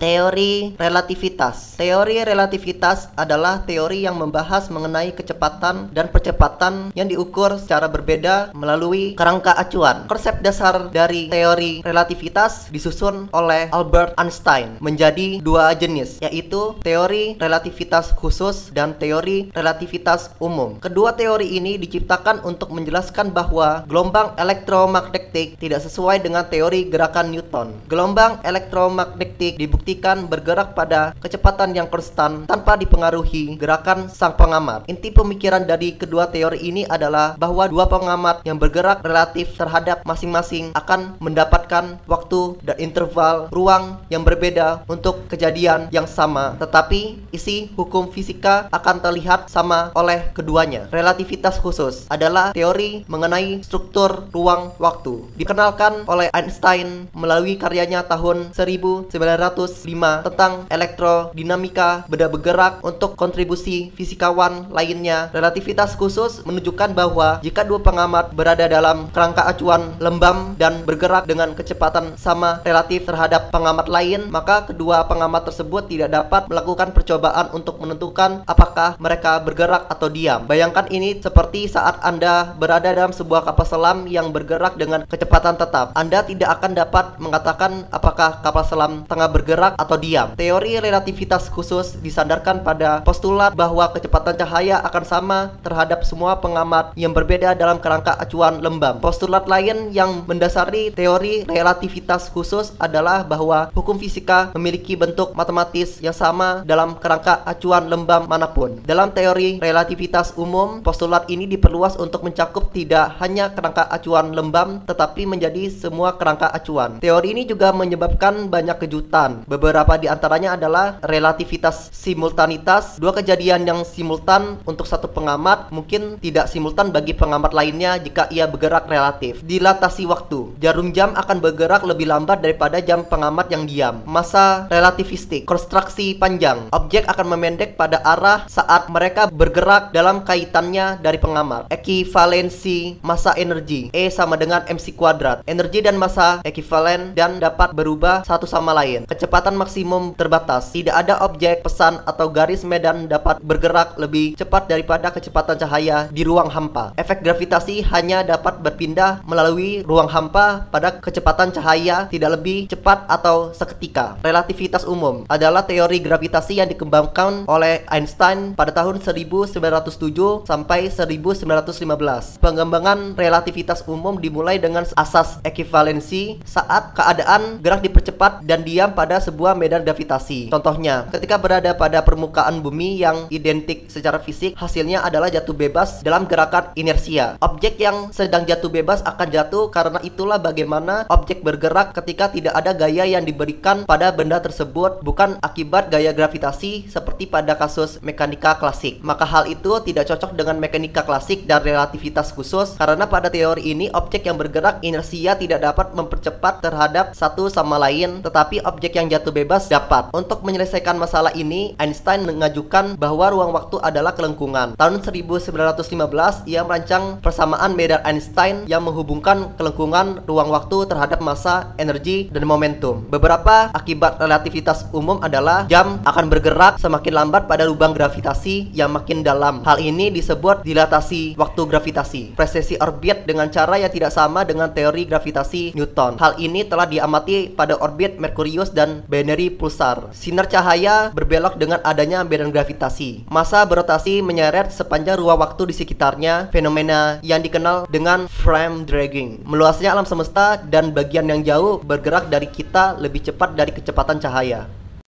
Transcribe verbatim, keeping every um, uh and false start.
Teori relativitas. Teori relativitas adalah teori yang membahas mengenai kecepatan dan percepatan yang diukur secara berbeda melalui kerangka acuan. Konsep dasar dari teori relativitas disusun oleh Albert Einstein menjadi dua jenis, yaitu teori relativitas khusus dan teori relativitas umum. Kedua teori ini diciptakan untuk menjelaskan bahwa gelombang elektromagnetik tidak sesuai dengan teori gerakan Newton. Gelombang elektromagnetik dibuktikan bergerak pada kecepatan yang konstan tanpa dipengaruhi gerakan sang pengamat. Inti pemikiran dari kedua teori ini adalah bahwa dua pengamat yang bergerak relatif terhadap masing-masing akan mendapatkan waktu dan interval ruang yang berbeda untuk kejadian yang sama, tetapi isi hukum fisika akan terlihat sama oleh keduanya. Relativitas khusus adalah teori mengenai struktur ruang waktu. Dikenalkan oleh Einstein melalui karyanya tahun seribu sembilan ratus lima tentang elektrodinamika benda bergerak. Untuk kontribusi fisikawan lainnya, relativitas khusus menunjukkan bahwa jika dua pengamat berada dalam kerangka acuan lembam dan bergerak dengan kecepatan sama relatif terhadap pengamat lain, maka kedua pengamat tersebut tidak dapat melakukan percobaan untuk menentukan apakah mereka bergerak atau diam. Bayangkan ini seperti saat Anda berada dalam sebuah kapal selam yang bergerak dengan kecepatan tetap. Anda tidak akan dapat mengatakan apakah kapal selam tengah bergerak atau diam. Teori relativitas khusus disandarkan pada postulat bahwa kecepatan cahaya akan sama terhadap semua pengamat yang berbeda dalam kerangka acuan lembam. Postulat lain yang mendasari teori relativitas khusus adalah bahwa hukum fisika memiliki bentuk matematis yang sama dalam kerangka acuan lembam manapun. Dalam teori relativitas umum, postulat ini diperluas untuk mencakup tidak hanya kerangka acuan lembam, tetapi menjadi semua kerangka acuan. Teori ini juga menyebabkan banyak kejutan. Beberapa di antaranya adalah relativitas simultanitas. Dua kejadian yang simultan untuk satu pengamat mungkin tidak simultan bagi pengamat lainnya jika ia bergerak relatif. Dilatasi waktu. Jarum jam akan bergerak lebih lambat daripada jam pengamat yang diam. Masa relativistik. Konstruksi panjang. Objek akan memendek pada arah saat mereka bergerak dalam kaitannya dari pengamat. Ekivalensi massa energi. E sama dengan mc kuadrat. Energi dan massa ekivalen dan dapat berubah satu sama lain. Kecepatan maksimum terbatas. Tidak ada objek, pesan, atau garis medan dapat bergerak lebih cepat daripada kecepatan cahaya di ruang hampa. Efek gravitasi hanya dapat berpindah melalui ruang hampa pada kecepatan cahaya tidak lebih cepat atau seketika. Relativitas umum adalah teori gravitasi yang dikembangkan oleh Einstein pada tahun seribu sembilan ratus tujuh sampai seribu sembilan ratus lima belas. Pengembangan relativitas umum dimulai dengan asas ekivalensi saat keadaan gerak dipercepat dan diam pada sebuah medan gravitasi. Contohnya, ketika berada pada permukaan bumi yang identik secara fisik, hasilnya adalah jatuh bebas dalam gerakan inersia. Objek yang sedang jatuh bebas akan jatuh, karena itulah bagaimana objek bergerak ketika tidak ada gaya yang diberikan pada benda tersebut, bukan akibat gaya gravitasi seperti pada kasus mekanika klasik. Maka hal itu tidak cocok dengan mekanika klasik dan relativitas khusus, karena pada teori ini objek yang bergerak inersia tidak dapat mempercepat terhadap satu sama lain, tetapi objek yang jatuh bebas dapat. Untuk menyelesaikan masalah ini, Einstein mengajukan bahwa ruang waktu adalah kelengkungan. Tahun seribu sembilan ratus lima belas, ia merancang persamaan medan Einstein yang menghubungkan kelengkungan ruang waktu terhadap massa, energi, dan momentum. Beberapa akibat relativitas umum adalah jam akan bergerak semakin lambat pada lubang gravitasi yang makin dalam. Hal ini disebut dilatasi waktu gravitasi. Presesi orbit dengan cara yang tidak sama dengan teori gravitasi Newton. Hal ini telah diamati pada orbit Merkurius dan binary pulsar. Sinar cahaya berbelok dengan adanya medan gravitasi. Massa berotasi menyeret sepanjang ruang waktu di sekitarnya, fenomena yang dikenal dengan frame dragging. Meluasnya alam semesta dan bagian yang jauh bergerak dari kita lebih cepat dari kecepatan cahaya.